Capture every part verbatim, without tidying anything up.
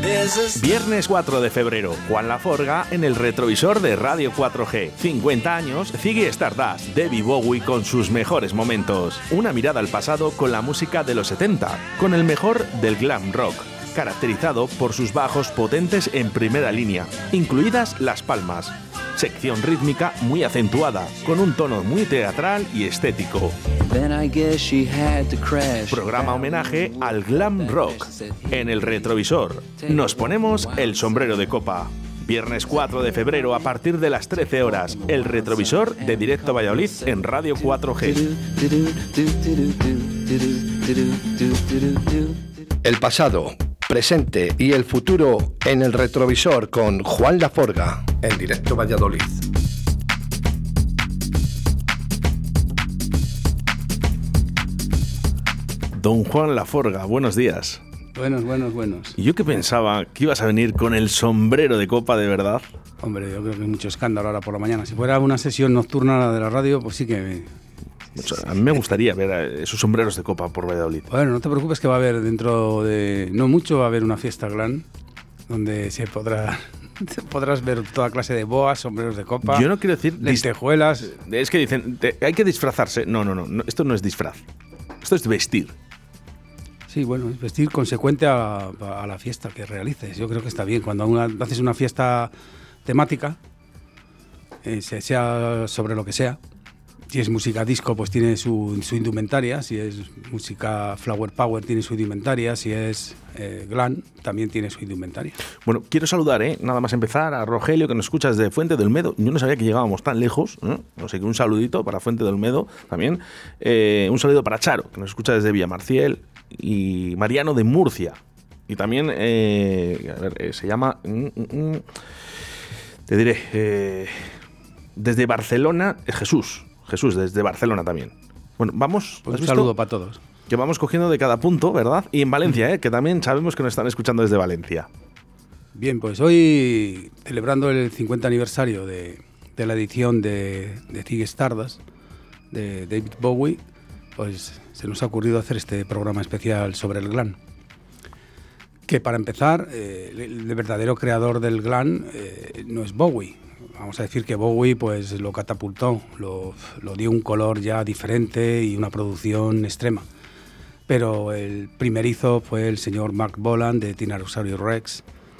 Viernes cuatro de febrero, Juan Laforga en el retrovisor de Radio cuatro G. cincuenta años, Ziggy Stardust, David Bowie con sus mejores momentos. Una mirada al pasado con la música de los setenta, con el mejor del glam rock, caracterizado por sus bajos potentes en primera línea, incluidas las palmas. Sección rítmica muy acentuada, con un tono muy teatral y estético. Programa homenaje al glam rock. En el retrovisor nos ponemos el sombrero de copa. Viernes cuatro de febrero a partir de las trece horas, el retrovisor de Directo Valladolid en Radio cuatro G. El pasado, presente y el futuro en el retrovisor con Juan Laforga en Directo Valladolid. Don Juan Laforga, buenos días. Buenos, buenos, buenos. ¿Y yo que pensaba que ibas a venir con el sombrero de copa de verdad? Hombre, yo creo que hay mucho escándalo ahora por la mañana. Si fuera una sesión nocturna de la radio, pues sí que... A mí me gustaría ver esos sombreros de copa por Valladolid. Bueno, no te preocupes que va a haber dentro de... No mucho, va a haber una fiesta glam donde se podrá... podrás ver toda clase de boas, sombreros de copa. Yo no quiero decir... lentejuelas. Es que dicen, te, hay que disfrazarse. No, no, no, no, esto no es disfraz. Esto es vestir. Sí, bueno, es vestir consecuente a, a la fiesta que realices. Yo creo que está bien. Cuando una, haces una fiesta temática, eh, sea sobre lo que sea, si es música disco, pues tiene su, su indumentaria. Si es música flower power, tiene su indumentaria. Si es eh, glam, también tiene su indumentaria. Bueno, quiero saludar, ¿eh? nada más empezar, a Rogelio, que nos escucha desde Fuente del Olmedo. Yo no sabía que llegábamos tan lejos, ¿eh? Así que un saludito para Fuente del Olmedo también. Eh, un saludo para Charo, que nos escucha desde Villamarciel. Y Mariano de Murcia. Y también, eh, a ver, eh, se llama... Mm, mm, te diré... Eh, desde Barcelona, eh, Jesús. Jesús, desde Barcelona también. Bueno, vamos... Pues un saludo para todos. Que vamos cogiendo de cada punto, ¿verdad? Y en Valencia, ¿eh? Que también sabemos que nos están escuchando desde Valencia. Bien, pues hoy, celebrando el cincuenta aniversario de, de la edición de, de Ziggy Stardust, de David Bowie, pues se nos ha ocurrido hacer este programa especial sobre el glam. Que para empezar, eh, el, el verdadero creador del glam eh, no es Bowie. Vamos a decir que Bowie pues lo catapultó, lo, lo dio un color ya diferente y una producción extrema. Pero el primerizo fue el señor Mark Bolan de Tyrannosaurus Rex,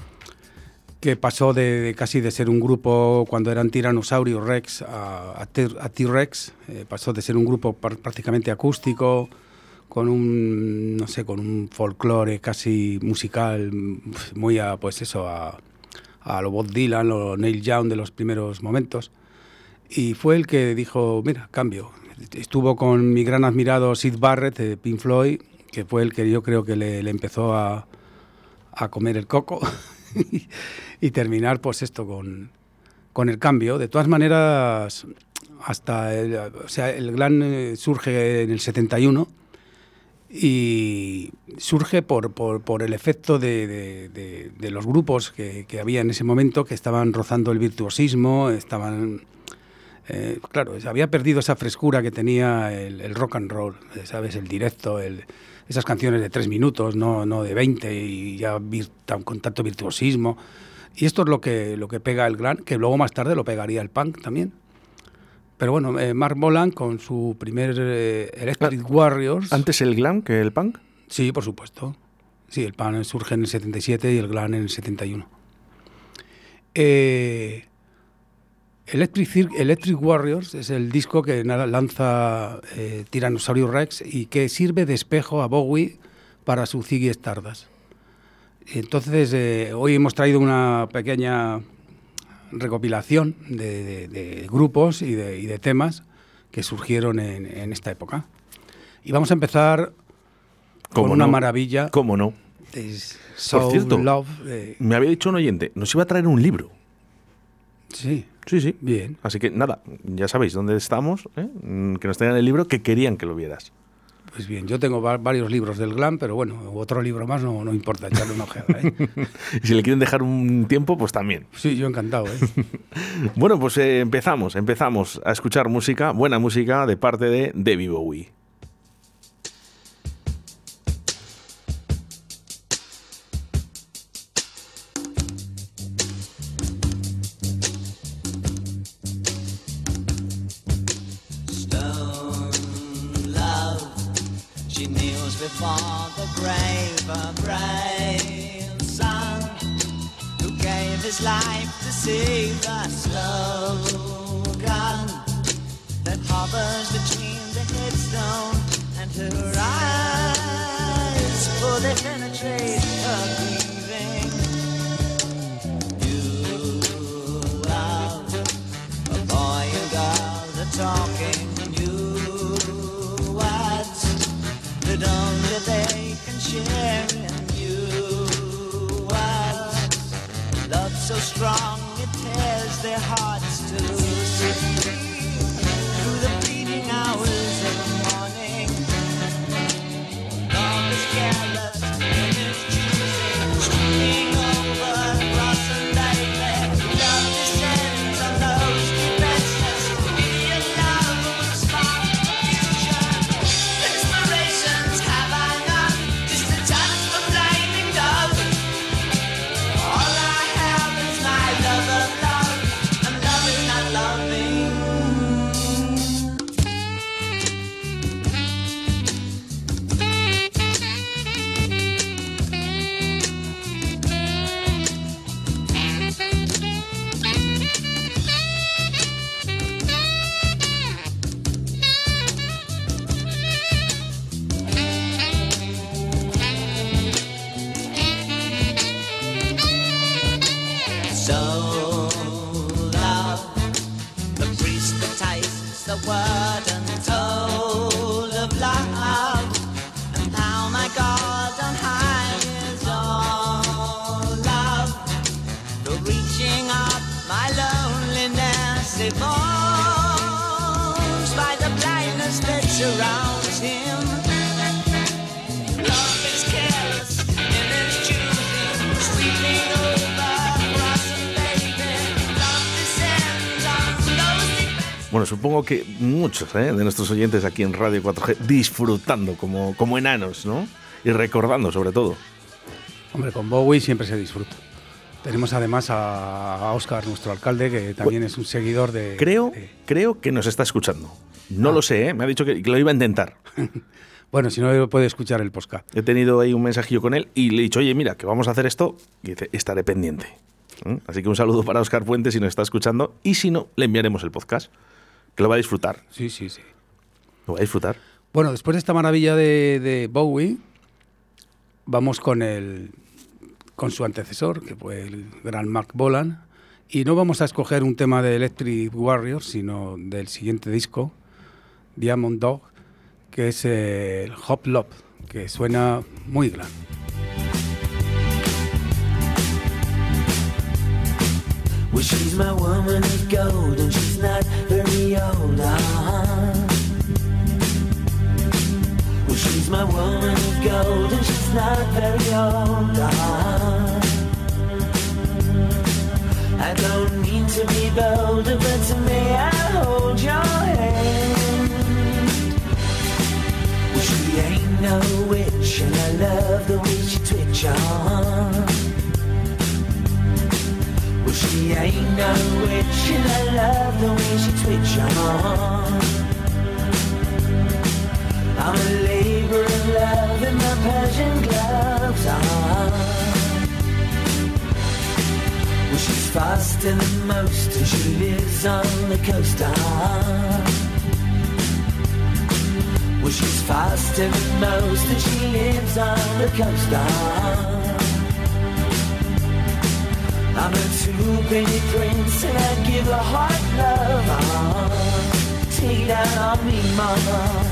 que pasó de, de casi de ser un grupo cuando eran Tyrannosaurus Rex a, a T-Rex, eh, pasó de ser un grupo par, prácticamente acústico, con un, no sé, con un folclore casi musical, muy a, pues eso, a... a lo Bob Dylan o Neil Young de los primeros momentos, y fue el que dijo, mira, cambio. Estuvo con mi gran admirado Syd Barrett de Pink Floyd, que fue el que yo creo que le, le empezó a, a comer el coco y, y terminar pues esto con, con el cambio. De todas maneras, hasta el, o sea, el glam surge en el setenta y uno y surge por, por, por el efecto de, de, de, de los grupos que, que había en ese momento, que estaban rozando el virtuosismo, estaban... Eh, claro, había perdido esa frescura que tenía el, el rock and roll, ¿sabes? El directo, el, esas canciones de tres minutos, no, no de veinte, y ya vir, con tanto virtuosismo. Y esto es lo que, lo que pega el glam, que luego más tarde lo pegaría el punk también. Pero bueno, eh, Mark Bolan con su primer eh, Electric Warriors... ¿Antes el glam que el punk? Sí, por supuesto. Sí, el punk surge en el setenta y siete y el glam en el setenta y uno. Eh... Electric, Electric Warriors es el disco que lanza eh, Tyrannosaurus Rex y que sirve de espejo a Bowie para su Ziggy Stardust. Entonces, eh, hoy hemos traído una pequeña recopilación de, de, de grupos y de, y de temas que surgieron en, en esta época. Y vamos a empezar con una no? maravilla. ¿Cómo no? Soul Por cierto, Love, eh. me había dicho un oyente, nos iba a traer un libro. Sí. Sí, sí. Bien. Así que nada, ya sabéis dónde estamos, ¿eh? Que nos traigan el libro que querían que lo vieras. Pues bien, yo tengo va- varios libros del glam, pero bueno, otro libro más no, no importa, echarle una ojeada, ¿eh? Y si le quieren dejar un tiempo, pues también. Sí, yo encantado, ¿eh? Bueno, pues eh, empezamos, empezamos a escuchar música, buena música de parte de David Bowie. before the brave, a brave son who gave his life to save the slogan that hovers between the headstone and her eyes, for they penetrate her grieving. You love a boy and girl, the talking new words that only they can share in you words. Love so strong it tears their hearts to see through the fleeting hours of the morning. Love is careless in its choosing, streaming over cross and lightly. Love descends on those defenseless. Idiot love will spark confusion. Inspirations have I none, just a touch of blinding dove. All I have is my love of love, and love is not loving. So love, the priest that tastes the word untold of love, and how my God on high is all love. The reaching up my loneliness evolves by the blindness that surrounds him. Love is careless in its choosing, sweeping over cross and baby. Love descends on those defenses. Bueno, supongo que muchos ¿eh? de nuestros oyentes aquí en Radio cuatro G disfrutando como, como enanos, ¿no? Y recordando sobre todo. Hombre, con Bowie siempre se disfruta. Tenemos además a, a Óscar, nuestro alcalde, que también es un seguidor de... Creo, de- creo que nos está escuchando. No Ah. lo sé, ¿eh? Me ha dicho que, que lo iba a intentar. Bueno, si no, puede escuchar el podcast. He tenido ahí un mensajillo con él y le he dicho, oye, mira, que vamos a hacer esto. Y dice, estaré pendiente. ¿Mm? Así que un saludo para Óscar Fuentes si nos está escuchando. Y si no, le enviaremos el podcast, que lo va a disfrutar. Sí, sí, sí. Lo va a disfrutar. Bueno, después de esta maravilla de, de Bowie, vamos con el con su antecesor, que fue el gran Mark Bolan, y no vamos a escoger un tema de Electric Warrior, sino del siguiente disco, Diamond Dog, que es el Hop Lop, que suena muy gran. Well, she's my woman of gold, and she's not very old. Uh-huh. Well, she's my woman of gold, and she's not very old. Uh-huh. I don't mean to be bolder, but to me I hold your hand. Well, she ain't no witch, and I love the way she twitch on. Well, she ain't no witch, and I love the way she twitch on. I'm a labor of love in my Persian gloves on. Well, she's faster than most, and she lives on the coast on. Well, she's faster than most, and she lives on the coast on. I'm a two-penny prince, and I give her hot love. Oh, take it out on me, mama.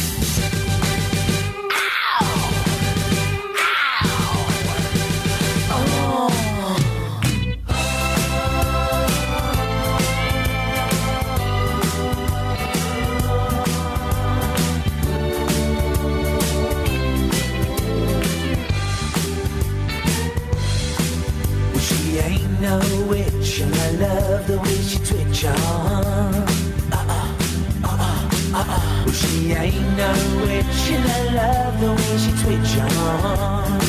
No witch, and I love the way she twitch on. Uh-uh, uh-uh, uh-uh. Well, she ain't no witch, and I love the way she twitch on.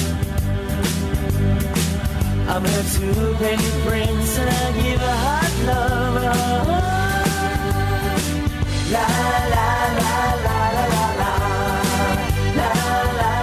I'm a two-penny prince, and I give her hot love. Oh, la la la la la la la la la la.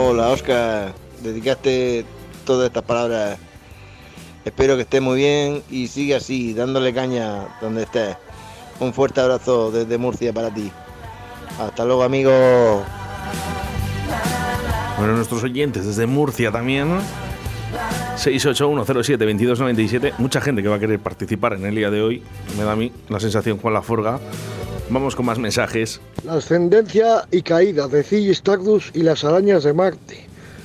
Hola, Óscar. Dedicaste todas estas palabras. Espero que estés muy bien y sigue así, dándole caña donde estés. Un fuerte abrazo desde Murcia para ti. Hasta luego, amigo. Bueno, nuestros oyentes desde Murcia también. seis ocho uno cero siete dos dos nueve siete. Mucha gente que va a querer participar en el día de hoy. Me da a mí la sensación, Juan Laforga. Vamos con más mensajes. La ascendencia y caída de Ziggy Stardust y las arañas de Marte.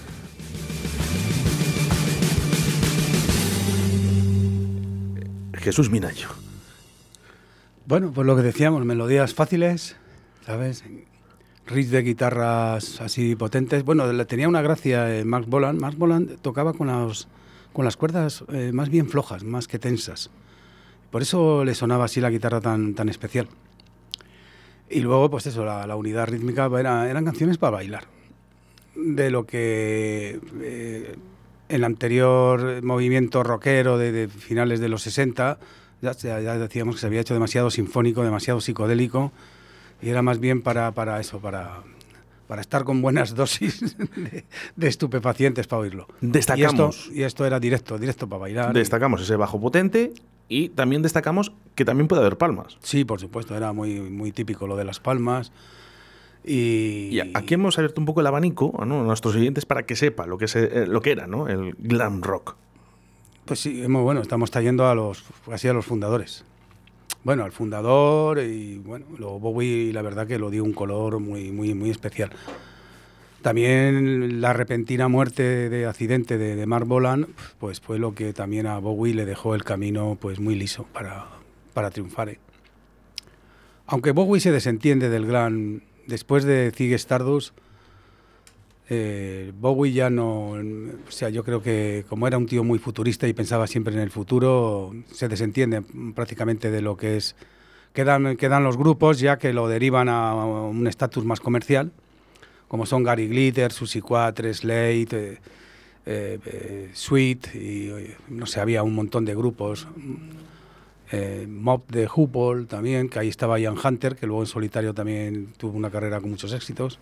Jesús Minayo. Bueno, pues lo que decíamos, melodías fáciles, ¿sabes? Riffs de guitarras así potentes. Bueno, le tenía una gracia eh, Mark Bolan. Mark Bolan tocaba con las, con las cuerdas eh, más bien flojas, más que tensas. Por eso le sonaba así la guitarra tan, tan especial. Y luego, pues eso, la, la unidad rítmica era, eran canciones para bailar. De lo que eh, el anterior movimiento rockero de, de finales de los sesenta, ya, ya decíamos que se había hecho demasiado sinfónico, demasiado psicodélico, y era más bien para, para eso, para, para estar con buenas dosis de, de estupefacientes para oírlo. Destacamos. Y esto, y esto era directo, directo para bailar. Destacamos ese bajo potente y también destacamos que también puede haber palmas. Sí, por supuesto, era muy, muy típico lo de las palmas. Y, y aquí hemos abierto un poco el abanico, ¿no?, a nuestros oyentes para que sepa lo que, se, eh, lo que era, ¿no?, el glam rock. Pues sí, muy bueno, estamos trayendo a los, así a los fundadores. Bueno, al fundador y bueno, lo Bowie, la verdad que lo dio un color muy, muy, muy especial. También la repentina muerte de accidente de, de Mark Bolan, pues fue lo que también a Bowie le dejó el camino pues muy liso para, para triunfar. ¿eh? Aunque Bowie se desentiende del gran, después de Ziggy Stardust, eh, Bowie ya no, o sea, yo creo que como era un tío muy futurista y pensaba siempre en el futuro, se desentiende prácticamente de lo que es, quedan, quedan los grupos ya que lo derivan a un estatus más comercial, como son Gary Glitter, Susie Quatro, Slade, eh, eh, Sweet, y no sé, había un montón de grupos, eh, Mob de Hoople también, que ahí estaba Ian Hunter, que luego en solitario también tuvo una carrera con muchos éxitos.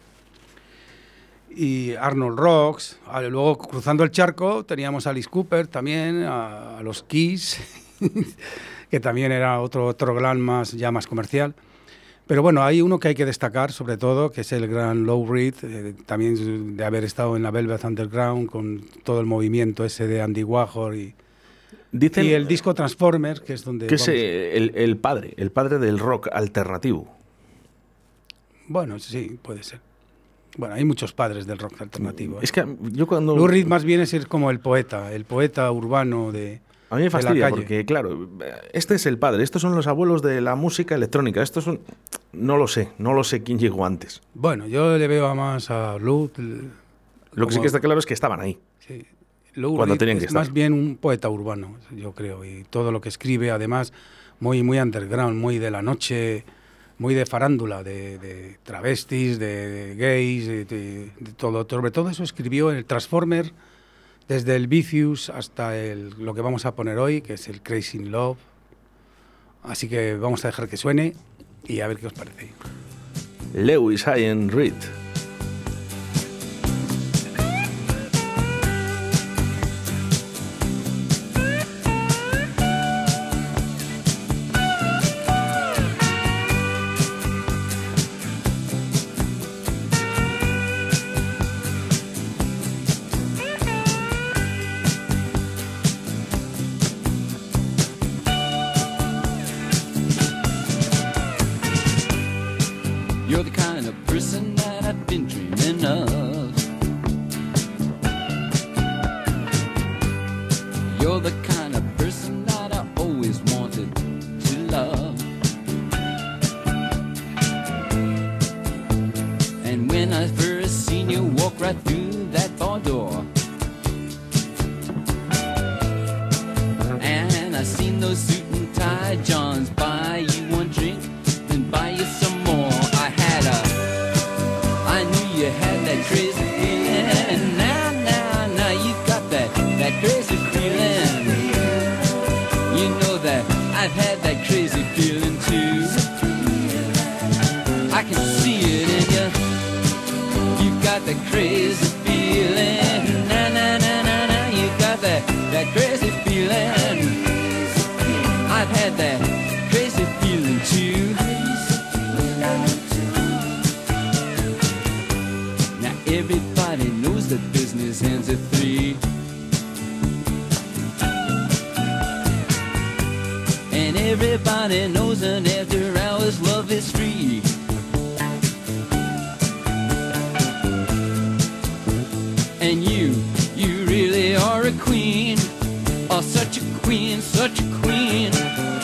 Y Arnold Rocks, luego cruzando el charco teníamos a Alice Cooper también, a, a los Kiss, que también era otro, otro glam más, ya más comercial. Pero bueno, hay uno que hay que destacar sobre todo, que es el gran Lou Reed, eh, también de haber estado en la Velvet Underground con todo el movimiento ese de Andy Warhol y, Dicen, y el disco Transformers, que es donde... Que es el, el padre, el padre del rock alternativo. Bueno, sí, puede ser. Bueno, hay muchos padres del rock alternativo. ¿eh? Es que yo cuando... Lou Reed más bien es ir como el poeta, el poeta urbano de, a mí me fastidia de la calle. Porque, claro, este es el padre, estos son los abuelos de la música electrónica, estos son... No lo sé, no lo sé quién llegó antes. Bueno, yo le veo a más a Lou... Lo que sí que está claro es que estaban ahí. Sí. Lou cuando Reed tenían es que estar. más bien un poeta urbano, yo creo, y todo lo que escribe, además, muy, muy underground, muy de la noche... muy de farándula, de, de travestis, de, de gays, de, de, de todo. Sobre todo eso escribió en el Transformer, desde el Vicious hasta el, lo que vamos a poner hoy, que es el Crazy in Love. Así que vamos a dejar que suene y a ver qué os parece. Lewis Ian Reed. You're the kind of person that I've been dreaming of. You're the kind of person that I always wanted to love. And when I first seen you walk right through that bar door, and I seen those suit and tie Johns buy you one drink, then buy you some more. You had that crazy feeling, and now, now, now you got that, that crazy feeling. You know that I've had that crazy feeling too. I can see it in you. You got that crazy feeling. everybody knows an after hours love is free. And you, you really are a queen. Oh, such a queen, such a queen.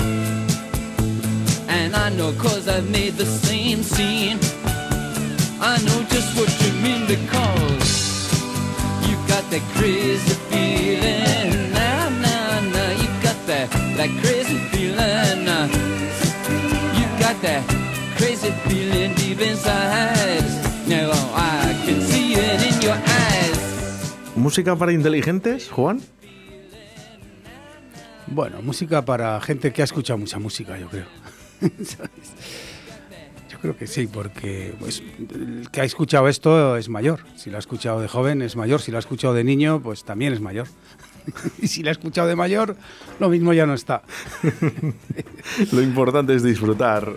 And I know cause I've made the same scene. I know just what you mean because you got that crazy feeling. Nah, nah, nah, you got that, that crazy feeling. Nah. You got that crazy feeling deep inside. Now I can see it in your eyes. ¿Música para inteligentes, Juan? Bueno, música para gente que ha escuchado mucha música, yo creo. ¿Sabes? Yo creo que sí, porque pues, el que ha escuchado esto es mayor. Si lo ha escuchado de joven es mayor, si lo ha escuchado de niño, pues también es mayor. Y si lo ha escuchado de mayor, lo mismo ya no está. Lo importante es disfrutar.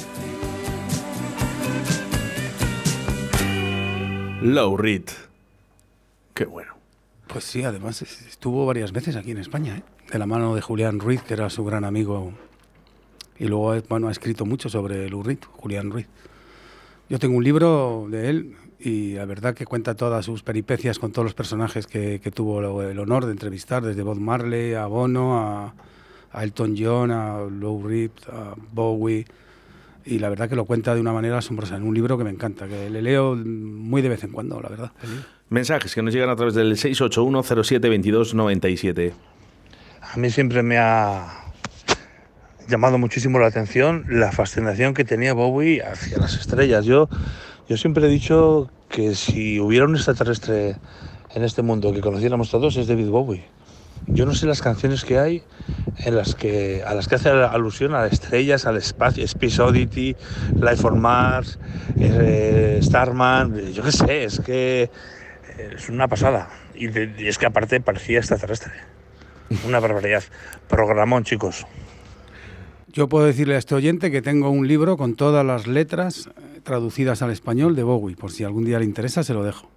Lou Reed. Qué bueno. Pues sí, además estuvo varias veces aquí en España, ¿eh? De la mano de Julián Ruiz, que era su gran amigo. Y luego, bueno, ha escrito mucho sobre Lou Reed, Julián Ruiz. Yo tengo un libro de él y la verdad que cuenta todas sus peripecias con todos los personajes que, que tuvo el honor de entrevistar, desde Bob Marley a Bono, a, a Elton John, a Lou Reed, a Bowie. Y la verdad que lo cuenta de una manera asombrosa, en un libro que me encanta, que le leo muy de vez en cuando, la verdad. Mensajes que nos llegan a través del seis ocho uno cero siete veintidós noventa y siete. A mí siempre me ha llamado muchísimo la atención la fascinación que tenía Bowie hacia las estrellas. Yo, yo siempre he dicho que si hubiera un extraterrestre en este mundo que conociéramos todos es David Bowie. Yo no sé las canciones que hay en las que a las que hace alusión a las estrellas, al espacio, Space Oddity, Life on Mars, eh, Starman, yo qué sé, es que es una pasada. Y, de, y es que aparte parecía extraterrestre. Una barbaridad. Programón, chicos. Yo puedo decirle a este oyente que tengo un libro con todas las letras eh, traducidas al español de Bowie, por si algún día le interesa se lo dejo.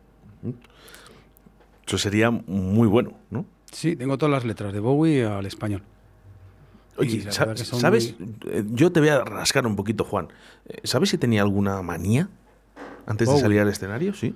Eso sería muy bueno, ¿no? Sí, tengo todas las letras de Bowie al español. Oye, ¿sabes? Muy... Yo te voy a rascar un poquito, Juan. ¿Sabes si tenía alguna manía antes Bowie. de salir al escenario? Sí.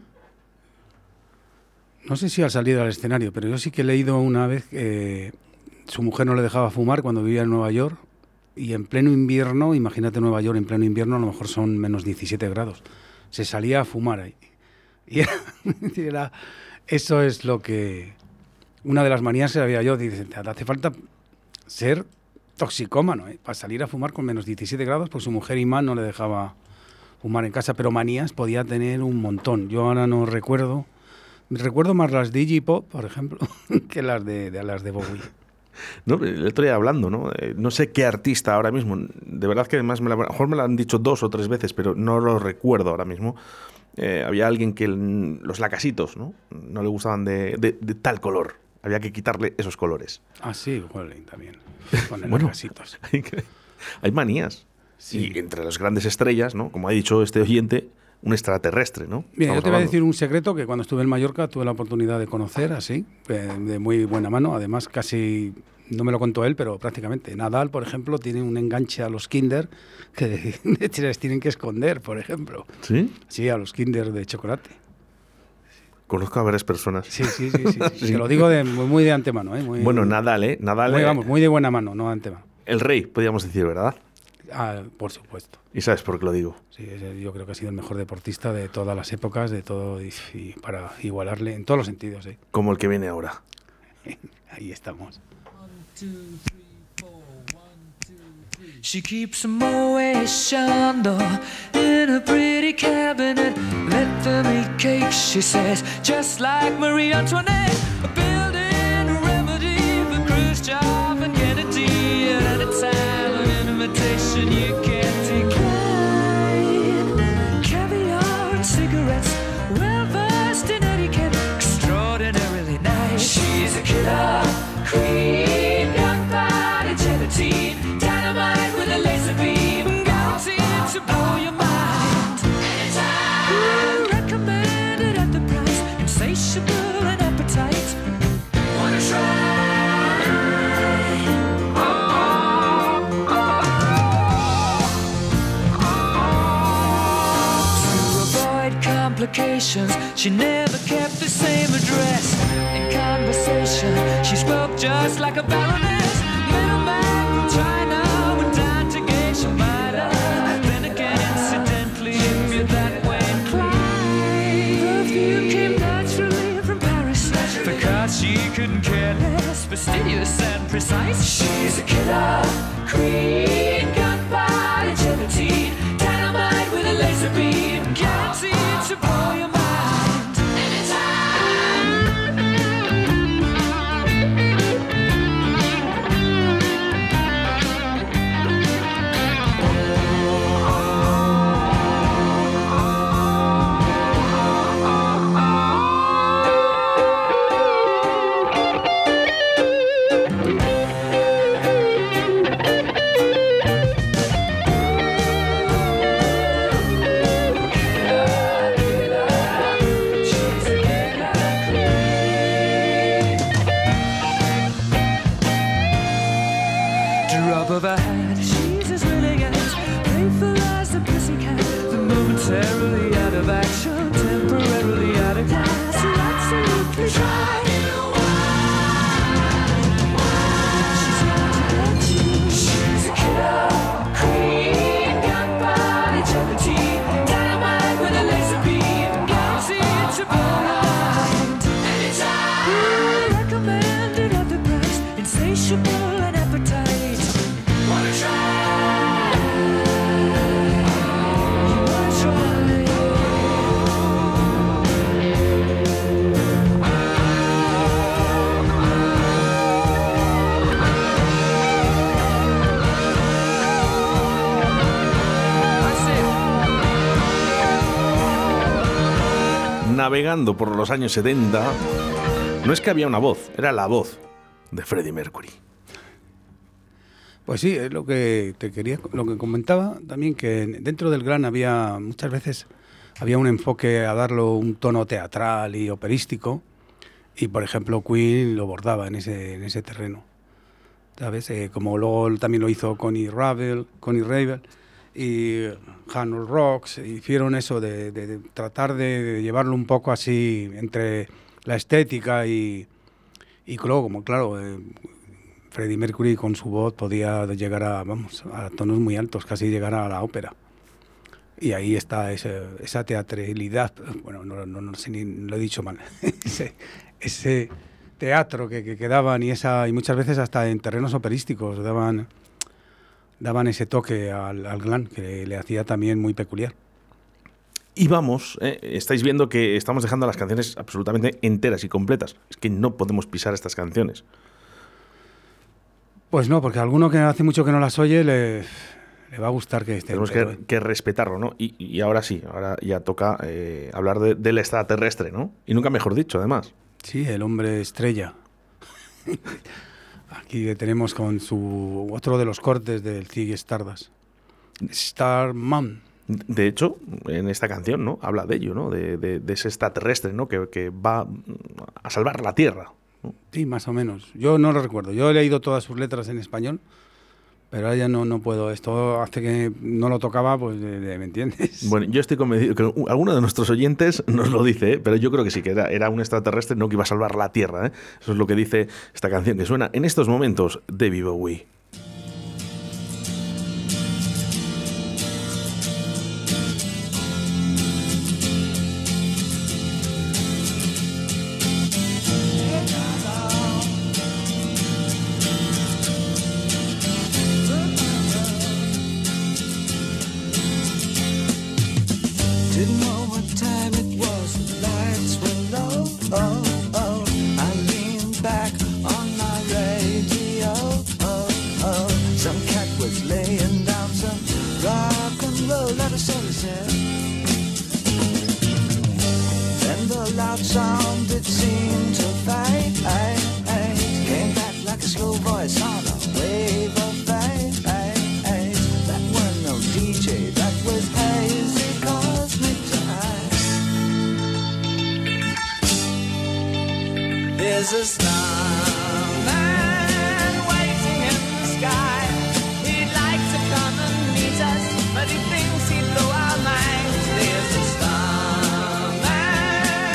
No sé si al salir al escenario, pero yo sí que he leído una vez que eh, su mujer no le dejaba fumar cuando vivía en Nueva York y en pleno invierno, imagínate Nueva York en pleno invierno, a lo mejor son menos diecisiete grados. Se salía a fumar ahí. Y era, era, eso es lo que... Una de las manías que había yo, dice, te hace falta ser toxicómano, ¿eh? Para salir a fumar con menos diecisiete grados, pues su mujer Imán no le dejaba fumar en casa, pero manías podía tener un montón. Yo ahora no recuerdo... Recuerdo más las de Iggy Pop, por ejemplo, que las de, de las de Bowie. No, el otro día hablando, ¿no? Eh, no sé qué artista ahora mismo, de verdad que además me la, a lo mejor me lo han dicho dos o tres veces, pero no lo recuerdo ahora mismo. Eh, había alguien que el, los lacasitos, ¿no? No le gustaban de, de, de tal color. Había que quitarle esos colores. Ah, sí, Welling también. Con el bueno, lacasitos. Hay, hay manías. Sí. Y entre las grandes estrellas, ¿no? Como ha dicho este oyente, un extraterrestre, ¿no? Mira, yo te voy a decir un secreto que cuando estuve en Mallorca tuve la oportunidad de conocer así, de, de muy buena mano. Además, casi, no me lo contó él, pero prácticamente. Nadal, por ejemplo, tiene un enganche a los Kinder que de, de, les tienen que esconder, por ejemplo. ¿Sí? Sí, a los Kinder de chocolate. Conozco a varias personas. Sí, sí, sí. sí, sí. sí. Te lo digo de, muy de antemano. ¿eh? Muy, bueno, Nadal, ¿eh? Nadal, muy, vamos, muy de buena mano, no de antemano. El rey, podríamos decir, ¿verdad? Ah, por supuesto. ¿Y sabes por qué lo digo? Sí, yo creo que ha sido el mejor deportista de todas las épocas, de todo, y, y para igualarle en todos los sentidos. ¿eh? Como el que viene ahora. Ahí estamos. She keeps a Moet Chandon in a pretty cabinet. Let them eat cake, she says, just like Marie Antoinette. Building a remedy for Khrushchev and Kennedy at any time. An invitation you can't decline. Caviar and cigarettes, well versed in etiquette, extraordinarily nice. She's a killer queen, young body gelatine. Dynamite with a laser beam, guaranteed to blow your mind. Anytime. Recommended at the price, insatiable and appetite. She never kept the same address. In conversation, she spoke just like a baroness. Little man from China went down to Geisha Minor. Then again, incidentally, you're that way inclined. Perfume came naturally from Paris because she couldn't care less. Fastidious and precise. She's a killer queen, gunpowder gelatine, dynamite with a laser beam, guaranteed to blow your mind anytime. Drop of a hat, she's as willing as playful as the pussycat. The momentarily out of action, temporarily out of class. You're absolutely shy. She's out to get you. She's a killer queen, gunpowder gelatine, dynamite with a laser beam, guaranteed to blow your mind anytime. Recommended at the price, insatiable and appetite. Wanna try? You wanna try? Navegando por los años setenta, no es que había una voz, era la voz de Freddie Mercury. Pues sí, es lo que te quería, lo que comentaba también, que dentro del Glam había muchas veces había un enfoque a darlo un tono teatral y operístico, y por ejemplo Queen lo bordaba en ese en ese terreno, ¿sabes? Eh, como luego también lo hizo Connie Ravel, Connie Ravel y Harold Rocks, hicieron eso de, de, de tratar de, de llevarlo un poco así entre la estética y y luego como claro. Eh, Freddie Mercury con su voz podía llegar a, vamos, a tonos muy altos, casi llegar a la ópera. Y ahí está ese, esa teatralidad, bueno, no, no, no sé ni lo he dicho mal, ese, ese teatro que, que, que daban y, esa, y muchas veces hasta en terrenos operísticos daban, daban ese toque al, al Glam que le hacía también muy peculiar. Y vamos, eh, estáis viendo que estamos dejando las canciones absolutamente enteras y completas. Es que no podemos pisar estas canciones. Pues no, porque a alguno que hace mucho que no las oye le, le va a gustar que esté. Tenemos que, que respetarlo, ¿no? Y, y ahora sí, ahora ya toca eh, hablar de, del extraterrestre, ¿no? Y nunca mejor dicho, además. Sí, el hombre estrella. Aquí le tenemos con su otro de los cortes del Ziggy Stardust. Starman. De hecho, en esta canción, ¿no? Habla de ello, ¿no? De, de, de ese extraterrestre, ¿no? Que, que va a salvar la Tierra. Sí, más o menos. Yo no lo recuerdo. Yo he leído todas sus letras en español, pero ahora ya no, no puedo. Esto hace que no lo tocaba, pues, ¿me entiendes? Bueno, yo estoy convencido que alguno de nuestros oyentes nos lo dice, ¿eh? Pero yo creo que sí, que era, era un extraterrestre, no que iba a salvar la Tierra, ¿eh? Eso es lo que dice esta canción que suena en estos momentos de David Bowie. Didn't know what time it was, the lights were low. Oh, oh. I leaned back on my radio. Oh, oh. Some cat was laying down some rock and roll, let us all said. Then the loud sound it seemed to fade. Came back like a slow voice on a wave of fade. That was no D J, that was hazy. There's a starman waiting in the sky. He'd like to come and meet us, but he thinks he'd blow our minds. There's a starman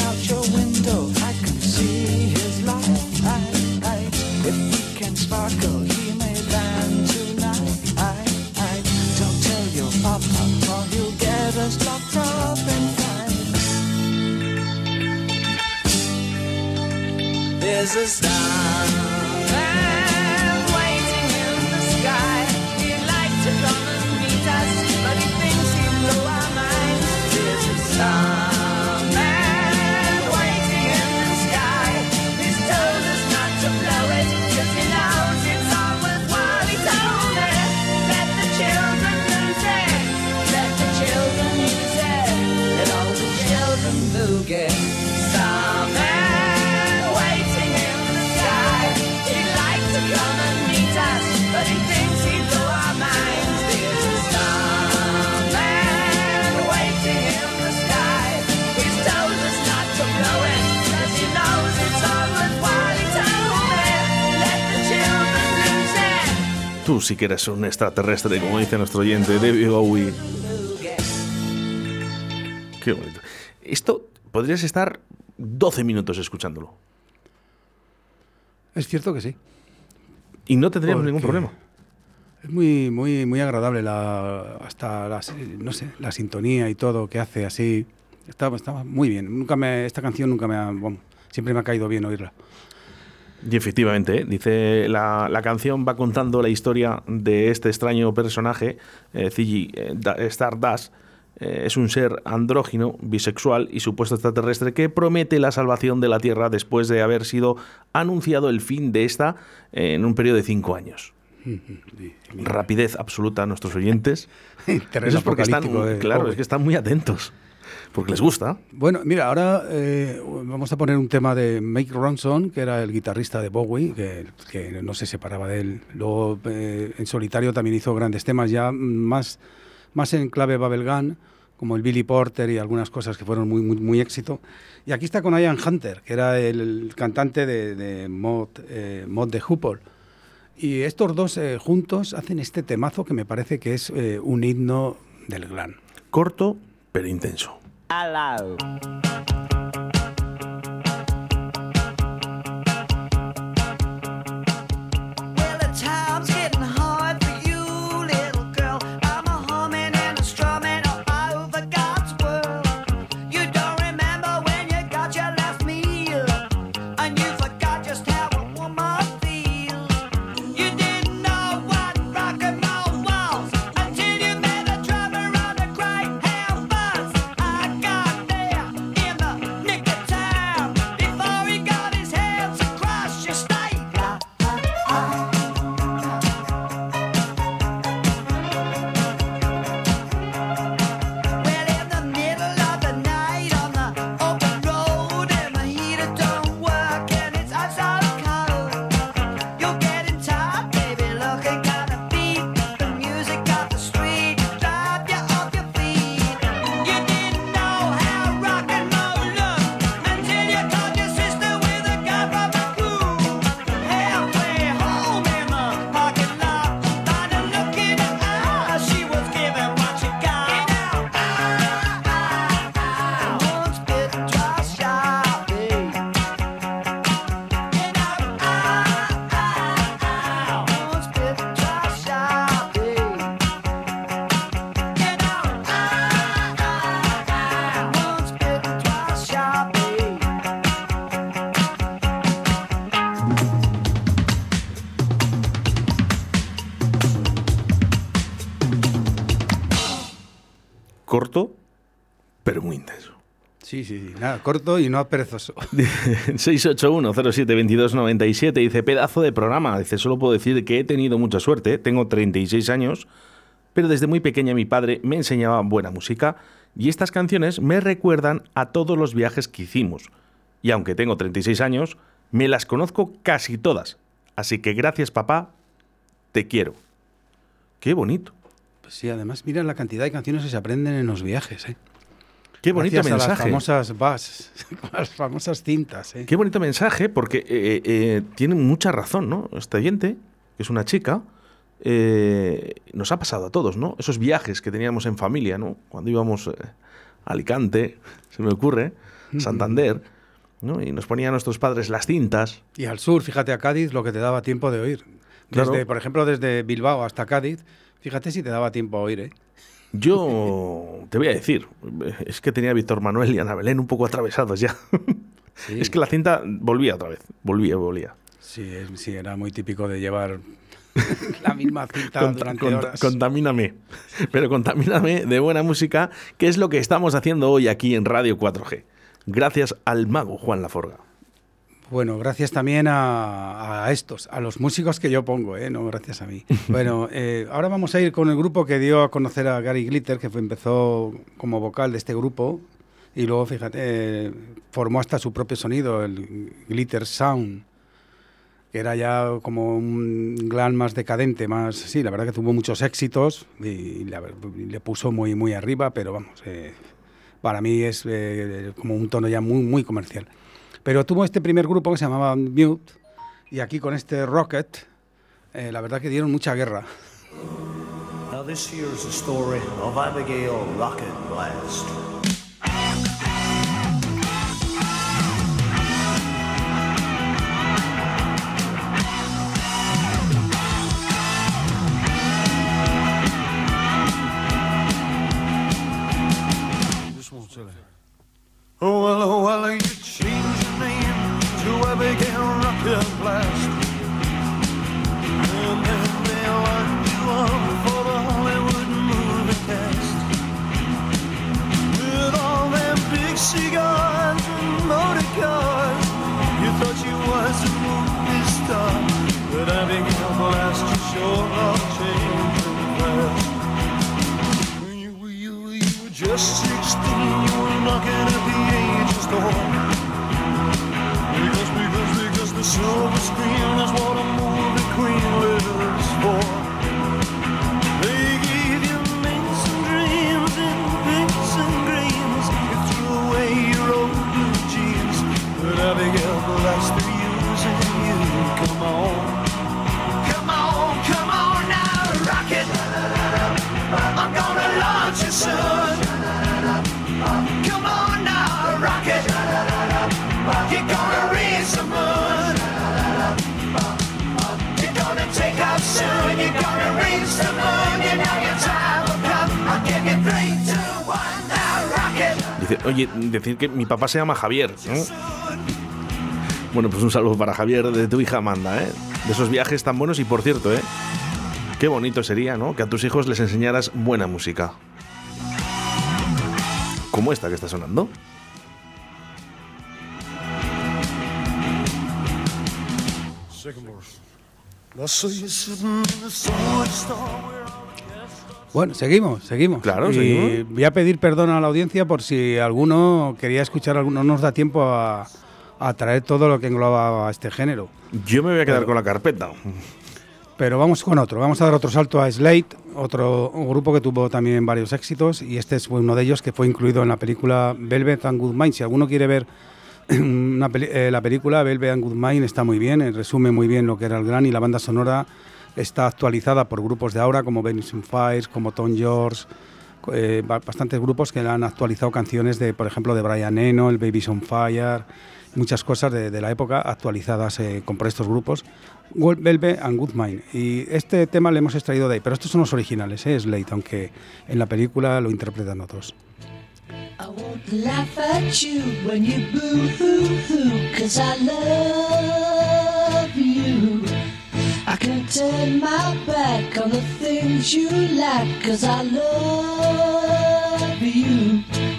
out your window, I can see his light. If he can sparkle, he may land tonight. Don't tell your papa, or he'll get us locked up and fight. There's a starman waiting in the sky. He'd like to come and meet us, but he thinks he'll blow our minds. There's a starman waiting in the sky. He's told us not to blow it, 'cause he knows it's all worthwhile. He told us, let the children lose it, let the children use it, let all the children boogie. Starman waiting in the sky. He'd like to come and meet us, but he thinks he'll blow our minds. There's a starman waiting in the sky. He's told us not to blow it, 'cause he knows it's all worthwhile. He told me, let the children lose it. Tú sí que eres un extraterrestre, como dice nuestro oyente David Bowie. Qué bonito. Esto podrías estar doce minutos escuchándolo Es cierto que sí. y no tendríamos Porque ningún problema. Es muy, muy, muy agradable la, hasta la, no sé, la sintonía y todo que hace así. Está, está muy bien. Nunca me, esta canción nunca me ha, bueno, siempre me ha caído bien oírla. Y efectivamente, ¿eh? dice la, la canción va contando la historia de este extraño personaje, eh, Ziggy eh, Da- Stardust. Eh, es un ser andrógino, bisexual y supuesto extraterrestre que promete la salvación de la Tierra después de haber sido anunciado el fin de esta eh, en un periodo de cinco años. Rapidez absoluta a nuestros oyentes. Terreno Eso es porque están, apocalíptico de claro, Bowie. es que están muy atentos, porque les gusta. Bueno, mira, ahora eh, vamos a poner un tema de Mick Ronson, que era el guitarrista de Bowie, que, que no se separaba de él. Luego, eh, en solitario también hizo grandes temas, ya más, más en clave bubblegum, como el Billy Porter y algunas cosas que fueron muy, muy, muy éxito. Y aquí está con Ian Hunter, que era el, el cantante de, de Mod, eh, Mod the Hoople. Y estos dos eh, juntos hacen este temazo que me parece que es eh, un himno del glam. Corto, pero intenso. Hello. Well, the time's getting hard for you, little girl. I'm a humming and a strumming all over God's world. You don't remember when you got your last meal, and you forgot just how a woman feels. You didn't know what rock and roll was until you met a drummer on a Greyhound bus. I got there in the nick of time before he got his hands across your state. Well, in the middle of the night on the open road, and the heater don't work, and it's ice out cold. You're getting tired, baby, looking kinda beat. The music off the street drive you off your feet. You didn't know how rock and roll looked until you caught your sister with a guy from the crew. Halfway home in the parking lot, by the look in her eyes, she was giving what she got. Once bitten, twice shy, babe. Once bitten, twice shy, babe. Once bitten, twice shy, babe. Corto, pero muy intenso. Sí, sí, sí. Nada, corto y no perezoso. seis ocho uno cero siete dos dos nueve siete dice, pedazo de programa. Dice, solo puedo decir que he tenido mucha suerte. Tengo treinta y seis años, pero desde muy pequeña mi padre me enseñaba buena música y estas canciones me recuerdan a todos los viajes que hicimos. Y aunque tengo treinta y seis años, me las conozco casi todas. Así que gracias, papá, te quiero. Qué bonito. Pues sí, además, mira la cantidad de canciones que se aprenden en los viajes, ¿eh? Qué bonito Gracias a las mensaje. famosas bus, las famosas cintas, ¿eh? Qué bonito mensaje, porque eh, eh, tiene mucha razón, ¿no? Este oyente, que es una chica, eh, nos ha pasado a todos, ¿no? Esos viajes que teníamos en familia, ¿no? Cuando íbamos eh, a Alicante, se me ocurre, Santander, ¿no? Y nos ponían nuestros padres las cintas. Y al sur, fíjate, a Cádiz, lo que te daba tiempo de oír. Desde, Claro. por ejemplo, desde Bilbao hasta Cádiz, fíjate si te daba tiempo a oír, ¿eh? Yo te voy a decir, es que tenía a Víctor Manuel y Ana Belén un poco atravesados ya. Sí. Es que la cinta volvía otra vez, volvía, volvía. Sí, es- sí, era muy típico de llevar la misma cinta Conta- durante conta- horas. Contamíname, pero contamíname de buena música, que es lo que estamos haciendo hoy aquí en Radio cuatro G. Gracias al mago Juan Laforga. Bueno, gracias también a, a estos, a los músicos que yo pongo, ¿eh? No gracias a mí. Bueno, eh, ahora vamos a ir con el grupo que dio a conocer a Gary Glitter, que fue, empezó como vocal de este grupo y luego, fíjate, eh, formó hasta su propio sonido, el Glitter Sound, que era ya como un glam más decadente, más, sí, la verdad que tuvo muchos éxitos y, la ver- y le puso muy, muy arriba, pero vamos, eh, para mí es eh, como un tono ya muy, muy comercial. Pero tuvo este primer grupo que se llamaba Mute, y aquí con este Rocket, eh, la verdad que dieron mucha guerra. Now this here's the story of Abigail Rocket Blast. This one's silly. Oh well, oh well, you changed your name to Abigail Rocket Blast. And then they lined you up for the Hollywood movie cast. With all them big cigars and motor cars, you thought you was a movie star. But Abigail Blast, you sure are changing fast. When you, when you, when you were just sixteen, you were knocking at the angel's door. Because, because, because the silver screen is what a movie queen lives for. They gave you mints and dreams and pinks and greens. You threw away your old blue jeans. But Abigail Blast through using you. Come on. Come on, come on now, rocket. I'm gonna launch you soon. Come on now, rocket. You're gonna reach the moon. You're gonna take off soon. You're gonna reach the moon. You know your time will come. I'll give you three, two, one, now, rocket. Dice, oye, decir que mi papá se llama Javier, ¿no? Bueno, pues un saludo para Javier de tu hija Amanda, ¿eh? De esos viajes tan buenos y, por cierto, ¿eh? Qué bonito sería, ¿no? Que a tus hijos les enseñaras buena música. Como esta que está sonando. Bueno, seguimos, seguimos. Claro, y seguimos. voy a pedir perdón a la audiencia por si alguno quería escuchar, algo, no nos da tiempo a, a traer todo lo que engloba a este género. Yo me voy a quedar Pero- con la carpeta. Pero vamos con otro, vamos a dar otro salto a Slate, otro un grupo que tuvo también varios éxitos, y este es uno de ellos que fue incluido en la película Velvet and Good Mind. Si alguno quiere ver una peli- eh, la película Velvet and Good Mind, está muy bien, eh, resume muy bien lo que era el gran, y la banda sonora está actualizada por grupos de ahora como Venus Fires, como Tom George, eh, ba- bastantes grupos que han actualizado canciones de, por ejemplo, de Brian Eno, el Baby's on Fire, muchas cosas de, de la época actualizadas eh, con por estos grupos. Velvet and Good Mind. Y este tema lo hemos extraído de ahí, pero estos son los originales, ¿eh? Slate, aunque en la película lo interpretan otros. I won't laugh at you when you boo-hoo-hoo, 'cause I love you. I can turn my back on the things you like, 'cause I love you.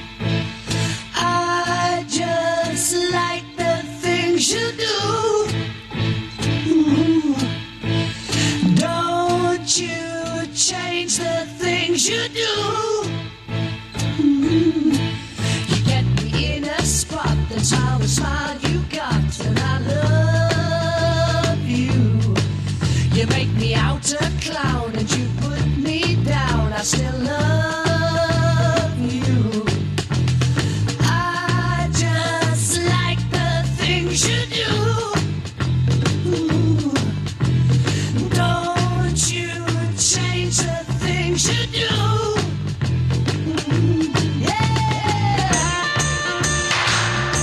I just like the things you do. Ooh. Don't you change the things you do. Ooh. You get me in a spot, that's how the smile you got, and I love you. You make me out a clown and you put me down, I still love you. I just like the things you do. Ooh. Don't you change the things you do. Mm, yeah.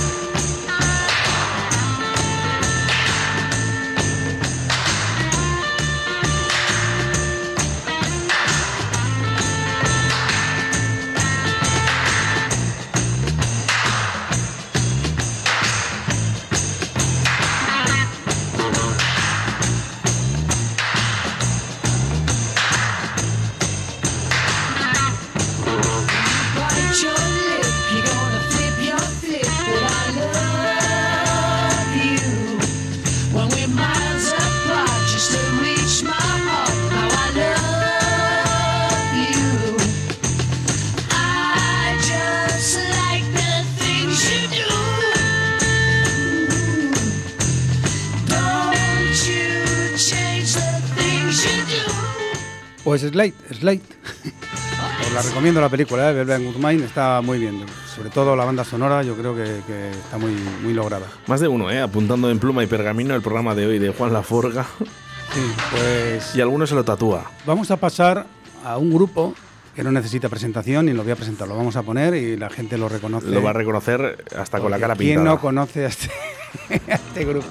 Pues Slate, Slate. Os la recomiendo la película, ¿eh? Velvet Goodmine, está muy bien. Sobre todo la banda sonora, yo creo que, que está muy, muy lograda. Más de uno, ¿eh? Apuntando en pluma y pergamino el programa de hoy de Juan Laforga. Sí, pues... Y alguno se lo tatúa. Vamos a pasar a un grupo que no necesita presentación y lo voy a presentar. Lo vamos a poner y la gente lo reconoce. Lo va a reconocer hasta con la cara ¿Quién pintada. no conoce a este, a este grupo?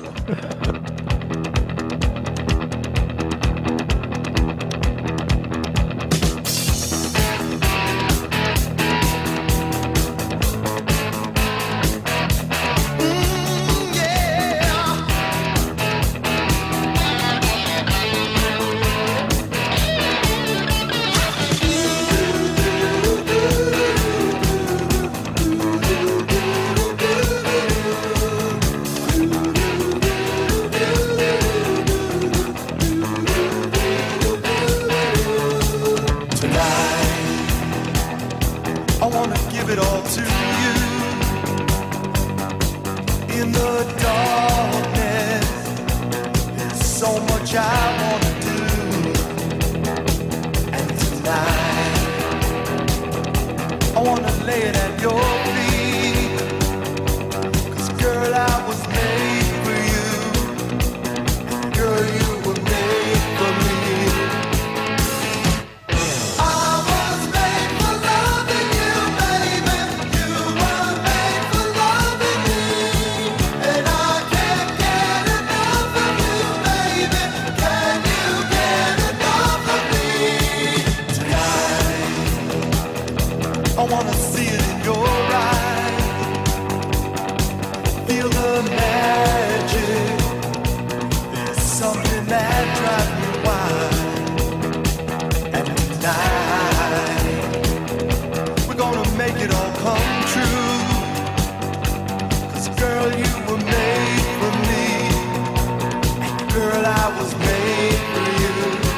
I wanna give it all to you. In the darkness, there's so much I wanna do. And tonight, I wanna lay it at your feet. 'Cause girl, I was made for you. And girl, you were made for me. I wanna see it in your eyes. Feel the magic. There's something that drives me wild. And tonight, we're gonna make it all come true. 'Cause girl, you were made for me. And girl, I was made for you.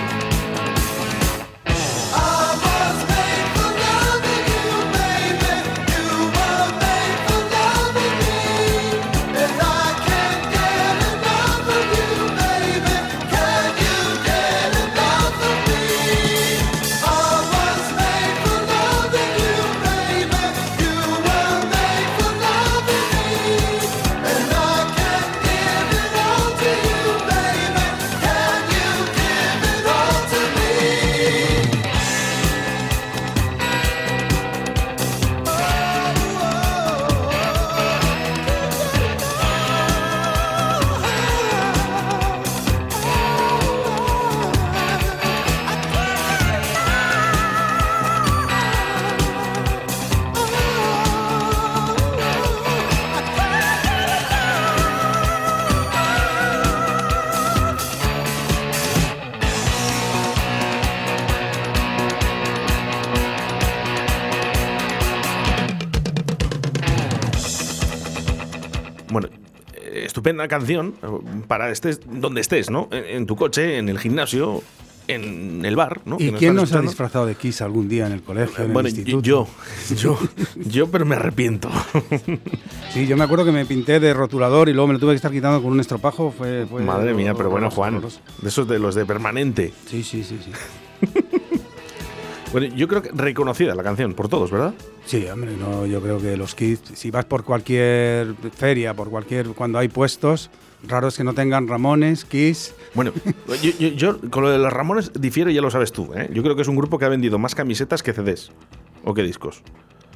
Bueno, eh, estupenda canción eh, para estés donde estés, ¿no? En, en tu coche, en el gimnasio, en el bar, ¿no? ¿Y Que quién estás no se ha escuchando. disfrazado de Kiss algún día en el colegio, en Bueno, el instituto? yo, yo, yo, pero me arrepiento. Sí, yo me acuerdo que me pinté de rotulador y luego me lo tuve que estar quitando con un estropajo. Fue, fue Madre mía, pero bueno, horroroso, Juan, horroroso. de esos de los de permanente. Sí, sí, sí, sí. Bueno, yo creo que reconocida la canción por todos, ¿verdad? Sí, hombre, no, yo creo que los Kiss, si vas por cualquier feria, por cualquier, cuando hay puestos, raro es que no tengan Ramones, Kiss. Bueno, yo, yo, yo con lo de los Ramones difiero, ya lo sabes tú, ¿eh? Yo creo que es un grupo que ha vendido más camisetas que C Ds o que discos.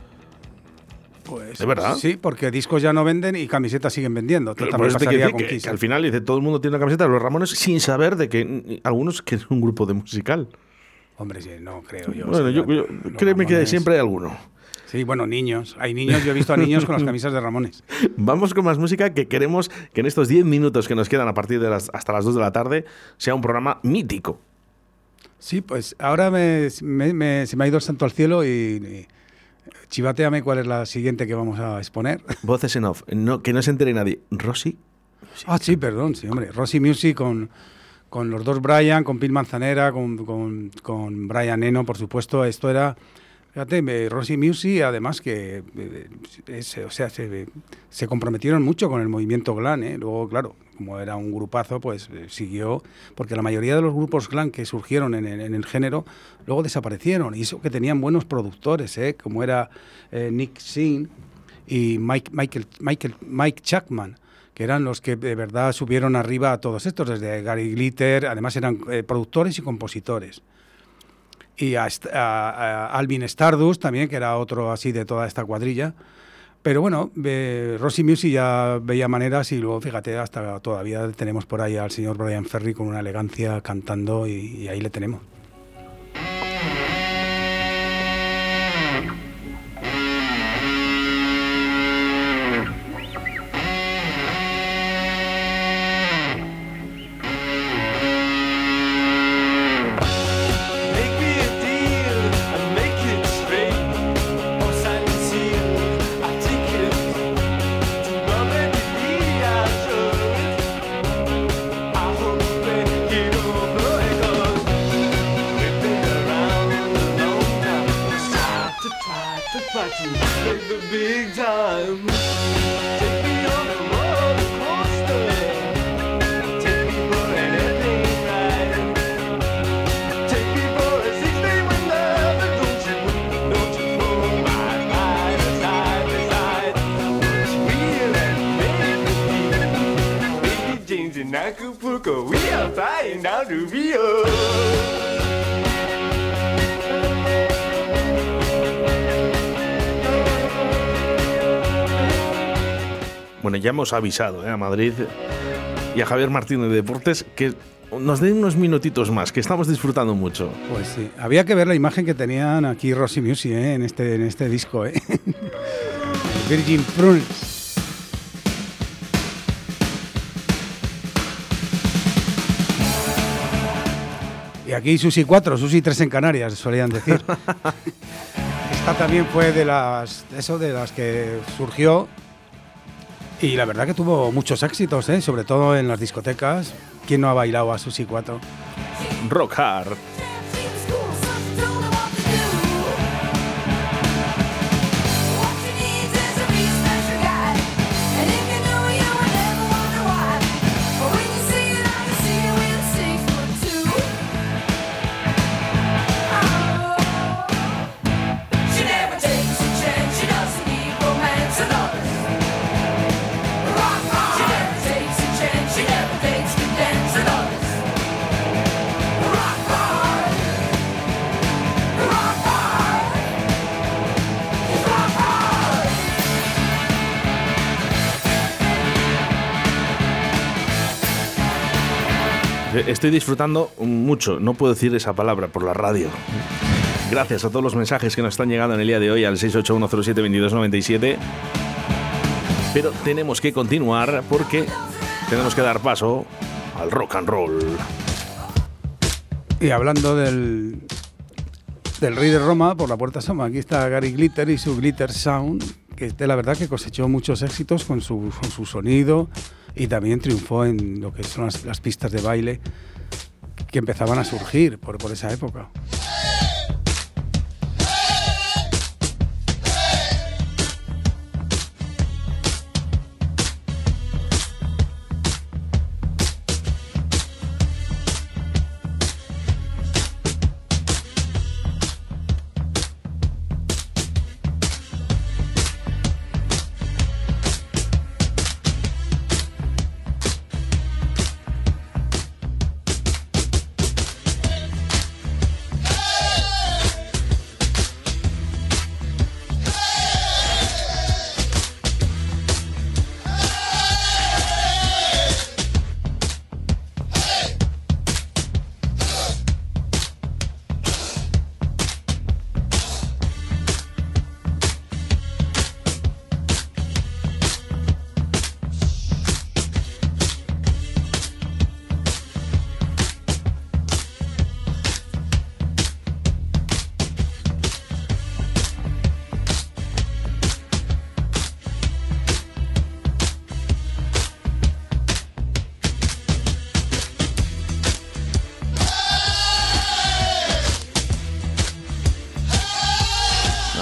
Pues, ¿De verdad? Sí, porque discos ya no venden y camisetas siguen vendiendo. Pero También por eso te pasaría quiero con decir que, Kiss, que ¿eh? al final dice todo el mundo tiene una camiseta de los Ramones sin saber de que mm, algunos que es un grupo de musical. Hombre, sí, no creo yo. Bueno, sí, yo, ya- yo- los créeme que Ramones- siempre hay alguno. Sí, bueno, niños. Hay niños, yo he visto a niños con las camisas de Ramones. Vamos con más música, que queremos que en estos diez minutos que nos quedan a partir de las hasta las dos de la tarde sea un programa mítico. Sí, pues ahora me, me- me- se me ha ido el santo al cielo y, y chivateame cuál es la siguiente que vamos a exponer. Voces en off, no, que no se entere nadie. Rosy. Ah, sí, perdón, sí, hombre. Rosy Music con, con los dos Brian, con Pete Manzanera, con, con, con Brian Eno, por supuesto. Esto era Fíjate, me- Roxy Music, además que eh, es- o sea, se, se comprometieron mucho con el movimiento glam, ¿eh? Luego, claro, como era un grupazo, pues eh, siguió, porque la mayoría de los grupos glam que surgieron en el, en el género, luego desaparecieron, y eso que tenían buenos productores, ¿eh? Como era eh, Nick Singh y Mike, Michael, Michael, Mike Chapman, que eran los que de verdad subieron arriba a todos estos, desde Gary Glitter, además eran eh, productores y compositores. Y a, St- a- a Alvin Stardust también, que era otro así de toda esta cuadrilla. Pero bueno, eh, Roxy Music ya veía maneras y luego, fíjate, hasta todavía tenemos por ahí al señor Brian Ferry con una elegancia cantando y, y ahí le tenemos. Make me a deal and make it straight. Or sign the seal, I take it. To love and be, I show it. I hope that you don't know it, 'cause we've been around a long time. It's time to try to fight to make the big time. Take me on a roller coaster. Take me for anything right. Take me for a six-day window, but don't you, don't you throw my mind aside, aside. What's real and make believe? Baby James in Acapulco, we are flying down to Rio. Bueno, ya hemos avisado ¿eh? a Madrid y a Javier Martínez de Deportes que nos den unos minutitos más, que estamos disfrutando mucho. Pues sí, había que ver la imagen que tenían aquí Roxy Music ¿eh? en, este, en este disco. ¿eh? Virgin Prunes. Y aquí Susi cuatro, Susi tres en Canarias, solían decir. Esta también fue de las, eso de las que surgió y la verdad que tuvo muchos éxitos, ¿eh? Sobre todo en las discotecas. ¿Quién no ha bailado a Susi cuatro? Rock hard. Estoy disfrutando mucho, no puedo decir esa palabra por la radio. Gracias a todos los mensajes que nos están llegando en el día de hoy al seis ocho uno cero siete dos dos nueve siete. Pero tenemos que continuar porque tenemos que dar paso al rock and roll. Y hablando del, del Rey de Roma, por la puerta asoma, aquí está Gary Glitter y su Glitter Sound, que de la verdad que cosechó muchos éxitos con su, con su sonido y también triunfó en lo que son las, las pistas de baile que empezaban a surgir por, por esa época. Hey!